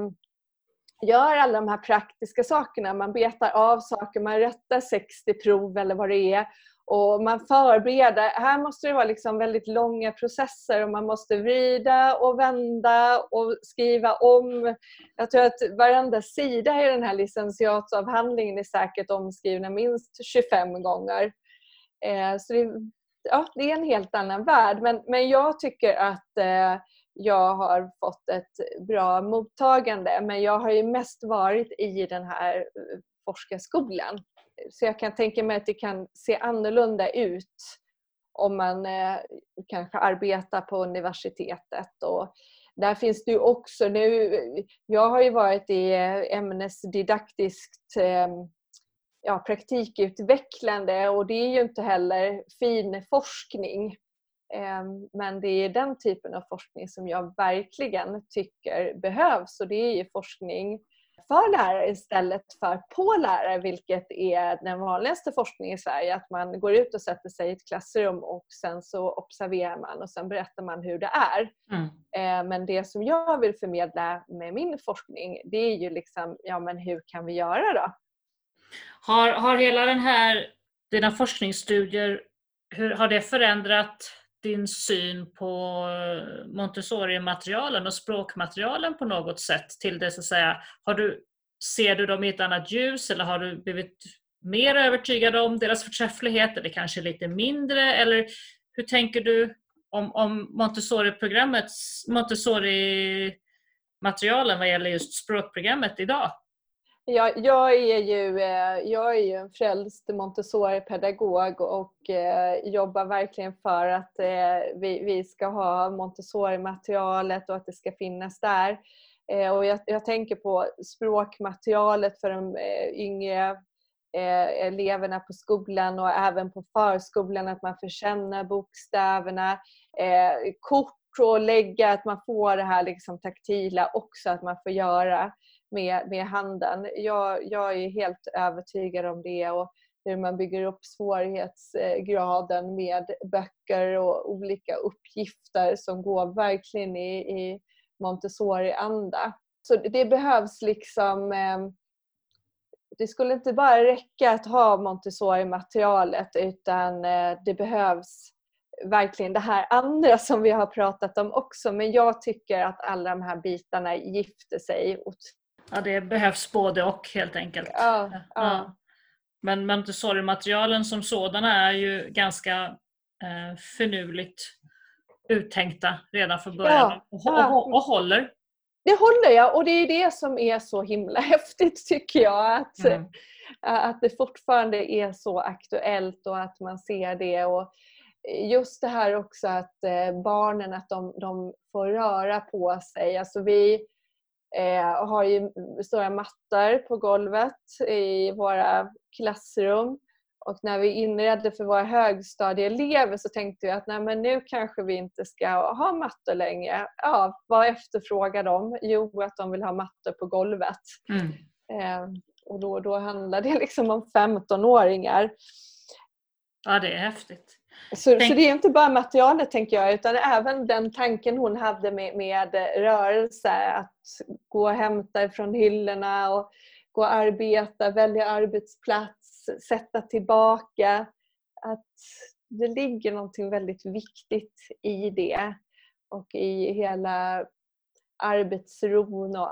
gör alla de här praktiska sakerna. Man betar av saker, man rättar sextio prov eller vad det är. Och man förbereder, här måste det vara liksom väldigt långa processer och man måste vrida och vända och skriva om. Jag tror att varenda sida i den här licentiatsavhandlingen är säkert omskrivna minst tjugofem gånger. Eh, så det, ja, det är en helt annan värld. Men, men jag tycker att eh, jag har fått ett bra mottagande. Men jag har ju mest varit i den här forskarskolan. Så jag kan tänka mig att det kan se annorlunda ut om man eh, kanske arbetar på universitetet. Och där finns det ju också nu, jag har ju varit i ämnesdidaktiskt eh, ja, praktikutvecklande och det är ju inte heller fin forskning. Eh, men det är den typen av forskning som jag verkligen tycker behövs och det är ju forskning för lärare istället för på lärare, vilket är den vanligaste forskningen i Sverige. Att man går ut och sätter sig i ett klassrum och sen så observerar man och sen berättar man hur det är. Mm. Men det som jag vill förmedla med min forskning, det är ju liksom, ja men hur kan vi göra då? Har, har hela den här, dina forskningsstudier, hur har det förändrat din syn på Montessori-materialen och språkmaterialen på något sätt till det så att säga? Har du, ser du dem i ett annat ljus eller har du blivit mer övertygad om deras förträfflighet eller kanske lite mindre? Eller hur tänker du om, om Montessori-programmets, Montessori-materialen vad gäller just språkprogrammet idag? Jag, jag, är ju, jag är ju en frälst Montessori-pedagog och eh, jobbar verkligen för att eh, vi, vi ska ha Montessori-materialet och att det ska finnas där. Eh, och jag, jag tänker på språkmaterialet för de eh, yngre eh, eleverna på skolan och även på förskolan, att man får känna bokstäverna, eh, kort och lägga, att man får det här liksom taktila också, att man får göra med, med handen. Jag, jag är helt övertygad om det och hur man bygger upp svårighetsgraden med böcker och olika uppgifter som går verkligen i, i Montessori-anda. Så det behövs liksom, det skulle inte bara räcka att ha Montessori-materialet utan det behövs verkligen det här andra som vi har pratat om också. Men jag tycker att alla de här bitarna gifter sig. Ja, det behövs både och helt enkelt. Ja, ja. Ja. Men Montessori-materialen som sådana är ju ganska eh, finurligt uttänkta redan från början. Ja, och, ja. och, och håller. Det håller jag och det är det som är så himla häftigt tycker jag. Att, mm. att det fortfarande är så aktuellt och att man ser det. Och just det här också att barnen att de, de får röra på sig. Alltså vi eh, har ju stora mattor på golvet i våra klassrum. Och när vi inredde för våra högstadieelever så tänkte vi att nej, men nu kanske vi inte ska ha mattor längre. Ja, vad efterfrågar de? Jo, att de vill ha mattor på golvet. Mm. Eh, och då, då handlar det liksom om femtonåringar. Ja, det är häftigt. Så, Tänk... så det är inte bara materialet tänker jag, utan även den tanken hon hade med, med rörelse. Att gå och hämta från hyllorna och gå och arbeta, välja arbetsplats, sätta tillbaka. Att det ligger någonting väldigt viktigt i det. Och i hela arbetsron och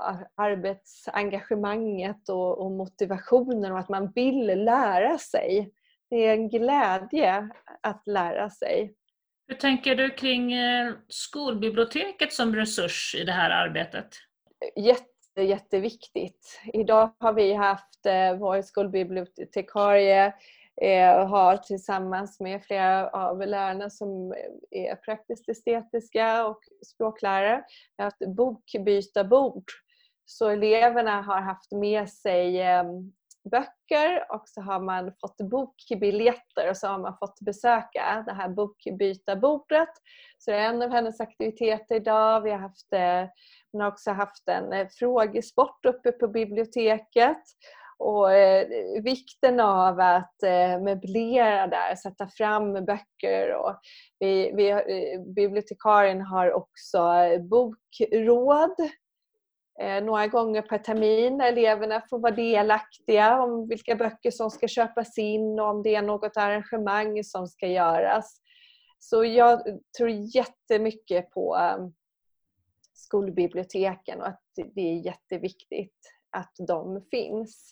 arbetsengagemanget och, och motivationen och att man vill lära sig. Det är en glädje att lära sig. Hur tänker du kring skolbiblioteket som resurs i det här arbetet? Jätte, jätteviktigt. Idag har vi haft vår skolbibliotekarie eh, har tillsammans med flera av lärarna som är praktiskt estetiska och språklärare haft bokbytarbord. Så eleverna har haft med sig eh, böcker och så har man fått bokbiljetter och så har man fått besöka det här bokbytarbordet. Så det är en av hennes aktiviteter idag. Vi har haft, hon har också haft en frågesport uppe på biblioteket. Och eh, vikten av att eh, möblera där, sätta fram böcker. Och vi, vi, eh, bibliotekarien har också bokråd. eh, några gånger per termin. Eleverna får vara delaktiga om vilka böcker som ska köpas in och om det är något arrangemang som ska göras. Så jag tror jättemycket på um, skolbiblioteken och att det är jätteviktigt att de finns.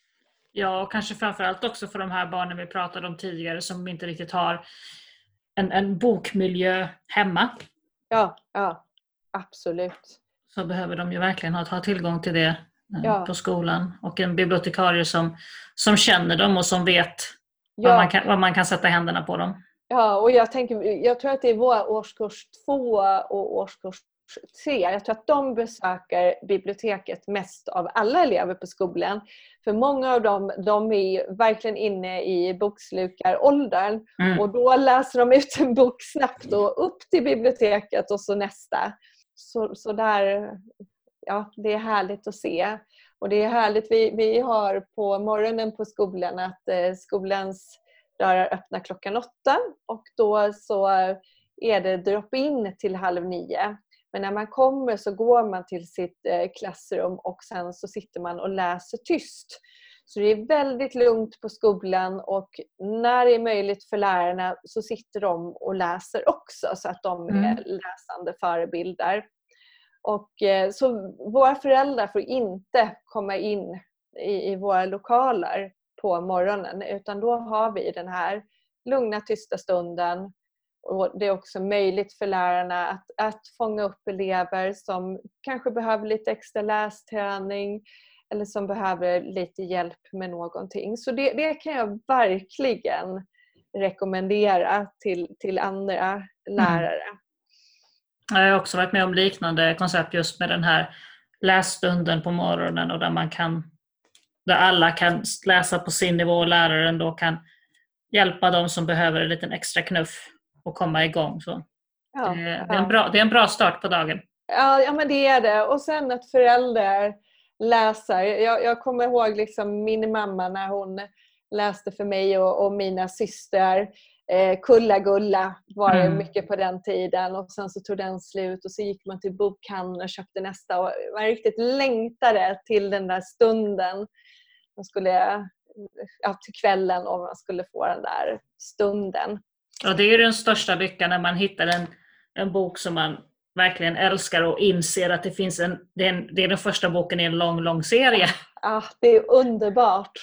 Ja, och kanske framförallt också för de här barnen vi pratade om tidigare som inte riktigt har en, en bokmiljö hemma. Ja, ja, absolut. Så behöver de ju verkligen ha, ha tillgång till det eh, Ja. på skolan. Och en bibliotekarie som, som känner dem och som vet Ja. vad, man kan, vad man kan sätta händerna på dem. Ja, och jag, tänker, jag tror att det är våra årskurs två och årskurs tre. Jag tror att de besöker biblioteket mest av alla elever på skolan. För många av dem, de är verkligen inne i bokslukaråldern. Mm. Och då läser de ut en bok snabbt och upp till biblioteket och så nästa. Så, så där, ja, det är härligt att se. Och det är härligt, vi, vi har på morgonen på skolan att eh, skolans dörrar öppnar klockan åtta. Och då så är det drop-in till halv nio. Men när man kommer så går man till sitt klassrum och sen så sitter man och läser tyst. Så det är väldigt lugnt på skolan och när det är möjligt för lärarna så sitter de och läser också så att de är mm. läsande förebilder. Och så våra föräldrar får inte komma in i, i våra lokaler på morgonen utan då har vi den här lugna tysta stunden. Och det är också möjligt för lärarna att, att fånga upp elever som kanske behöver lite extra lästräning eller som behöver lite hjälp med någonting. Så det, det kan jag verkligen rekommendera till, till andra lärare. Mm. Jag har också varit med om liknande koncept just med den här lässtunden på morgonen och där man kan, där alla kan läsa på sin nivå och läraren då kan hjälpa dem som behöver en liten extra knuff och komma igång. Så. Ja, det, är, ja. det, är en bra, det är en bra start på dagen. Ja, ja men det är det. Och sen att föräldrar läser. Jag, jag kommer ihåg liksom min mamma när hon läste för mig och, och mina systrar. Eh, Kulla-Gulla var det mm. mycket på den tiden. Och sen så tog den slut och så gick man till bokhandeln och köpte nästa. Och man riktigt längtade till den där stunden. Man skulle, ja, till kvällen och man skulle få den där stunden. Och det är den största lyckan när man hittar en, en bok som man verkligen älskar och inser att det finns en det, är en, det är den första boken i en lång, lång serie. Ja, det är underbart.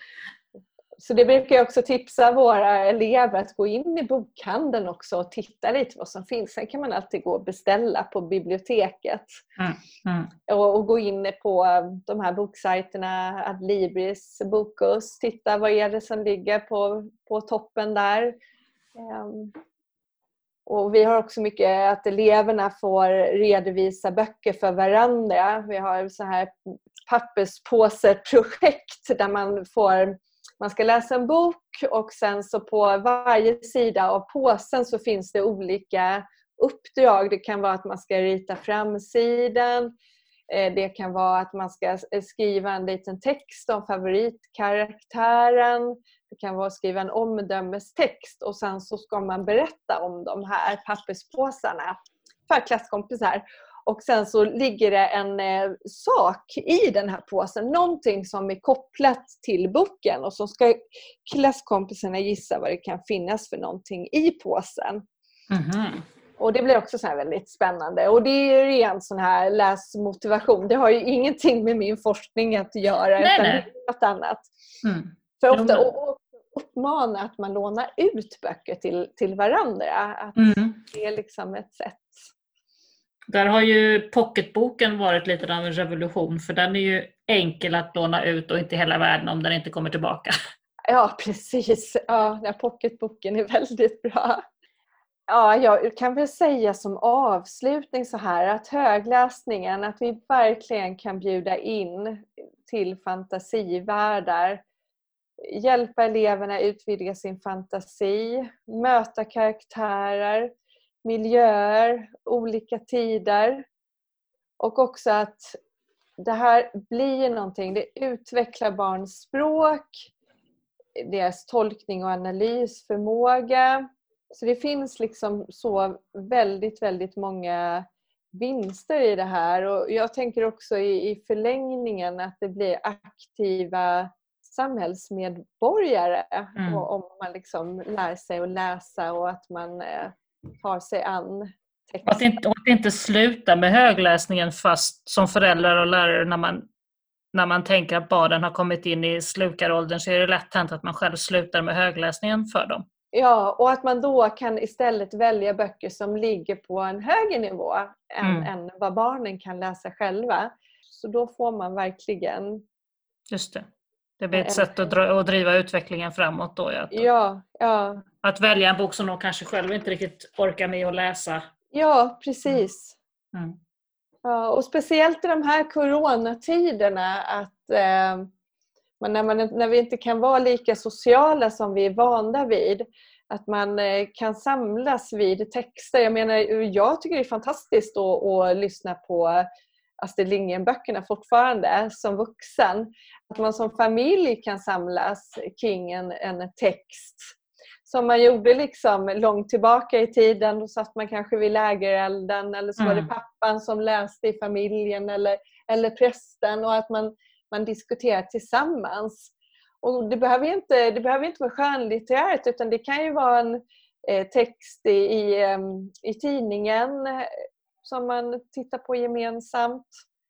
Så det brukar jag också tipsa våra elever att gå in i bokhandeln också och titta lite vad som finns. Sen kan man alltid gå och beställa på biblioteket. Mm, mm. Och, och gå in på de här boksajterna, Adlibris, Bokus. Titta vad är det som ligger på, på toppen där. Um, och vi har också mycket att eleverna får redovisa böcker för varandra. Vi har så här papperspåseprojekt där man får man ska läsa en bok och sen så på varje sida av påsen så finns det olika uppdrag. Det kan vara att man ska rita framsidan. Det kan vara att man ska skriva en liten text om favoritkaraktären. Det kan vara att skriva en omdömestext och sen så ska man berätta om de här papperspåsarna för klasskompisar. Och sen så ligger det en eh, sak i den här påsen. Någonting som är kopplat till boken. Och så ska klasskompisarna gissa vad det kan finnas för någonting i påsen. Mm-hmm. Och det blir också så här väldigt spännande. Och det är ju en sån här läsmotivation. Det har ju ingenting med min forskning att göra. Nej, utan nej. Något annat. Mm. För ofta och, och uppmana att man lånar ut böcker till, till varandra. Att mm. det är liksom ett sätt. Där har ju pocketboken varit lite av en revolution. För den är ju enkel att låna ut och inte hela världen om den inte kommer tillbaka. Ja, precis. Ja, den pocketboken är väldigt bra. Ja, jag kan väl säga som avslutning så här att högläsningen, att vi verkligen kan bjuda in till fantasivärldar. Hjälpa eleverna utvidga sin fantasi, möta karaktärer, miljöer, olika tider. Och också att det här blir någonting, det utvecklar barns språk, deras tolkning och analysförmåga. Så det finns liksom så väldigt, väldigt många vinster i det här. Och jag tänker också i, i förlängningen att det blir aktiva samhällsmedborgare. Mm. Och om man liksom lär sig att läsa och att man eh, tar sig an text. Att inte, att inte sluta med högläsningen fast som föräldrar och lärare när man, när man tänker att barnen har kommit in i slukaråldern, så är det lätt hänt att man själv slutar med högläsningen för dem. Ja, och att man då kan istället välja böcker som ligger på en högre nivå än, Mm. än vad barnen kan läsa själva. Så då får man verkligen... Just det. Det blir ett sätt att, dra, att driva utvecklingen framåt då. Ja. Ja, ja. Att välja en bok som de kanske själv inte riktigt orkar med att läsa. Ja, precis. Mm. Ja, och speciellt i de här coronatiderna att eh, när, man, när vi inte kan vara lika sociala som vi är vanda vid, att man eh, kan samlas vid texter. Jag menar, jag tycker det är fantastiskt att, att lyssna på Astrid Lindgren-böckerna fortfarande som vuxen. Att man som familj kan samlas kring en, en text. Som man gjorde liksom långt tillbaka i tiden. Då satt man kanske vid lägerelden. Eller så mm. var det pappan som läste i familjen. Eller, eller prästen. Och att man, man diskuterar tillsammans. Och det behöver inte, det behöver inte vara skönlitterärt. Utan det kan ju vara en eh, text i, i, i tidningen. Som man tittar på gemensamt.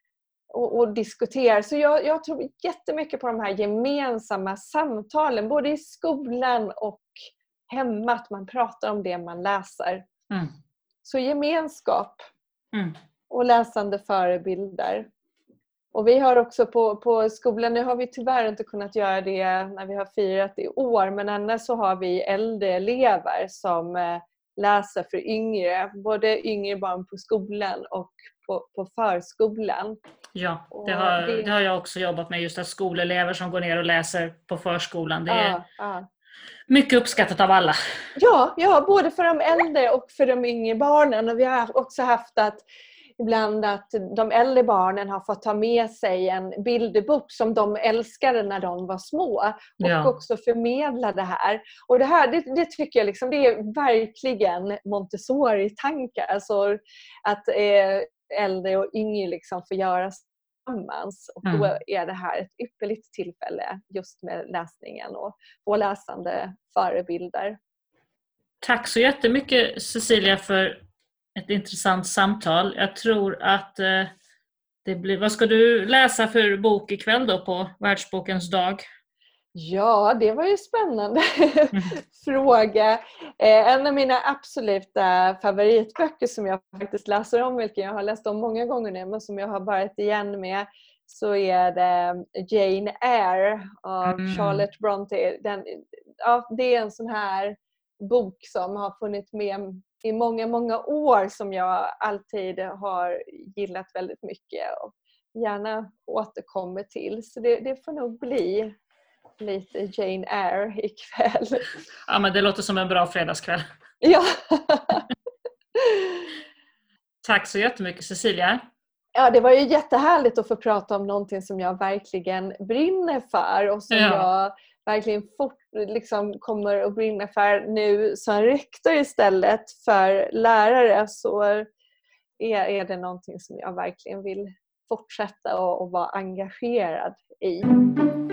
Och, och diskuterar. Så jag, jag tror jättemycket på de här gemensamma samtalen. Både i skolan och hemma, att man pratar om det man läser. Mm. Så gemenskap mm. och läsande förebilder. Och vi har också på, på skolan, nu har vi tyvärr inte kunnat göra det när vi har firat i år, men annars så har vi äldre elever som eh, läser för yngre, både yngre barn på skolan och på, på förskolan. Ja, det har, det... det har jag också jobbat med, just att skolelever som går ner och läser på förskolan. Det är ja, ja. mycket uppskattat av alla. Ja, ja, både för de äldre och för de yngre barnen. Och vi har också haft att ibland att de äldre barnen har fått ta med sig en bilderbok som de älskade när de var små. Och ja. också förmedla det här. Och det här, det, det tycker jag liksom, det är verkligen Montessori-tankar. Alltså att eh, äldre och yngre liksom får göra tillsammans. Och då mm. är det här ett ypperligt tillfälle just med läsningen och, och läsande förebilder. Tack så jättemycket Cecilia för ett intressant samtal. Jag tror att eh, det blir... Vad ska du läsa för bok ikväll då på Världsbokens dag? Ja, det var ju spännande mm. fråga. Eh, en av mina absoluta favoritböcker som jag faktiskt läser om, vilken jag har läst om många gånger nu, men som jag har börjat igen med, så är det Jane Eyre av mm. Charlotte Bronte. Den, ja, det är en sån här bok som har funnits med i många, många år, som jag alltid har gillat väldigt mycket och gärna återkommer till. Så det, det får nog bli lite Jane Eyre ikväll. Ja, men det låter som en bra fredagskväll. Ja. Tack så jättemycket Cecilia. Ja, det var ju jättehärligt att få prata om någonting som jag verkligen brinner för och som ja. jag verkligen fort, liksom, kommer att brinna för nu som rektor istället för lärare. Så är, är det någonting som jag verkligen vill fortsätta och, och vara engagerad i.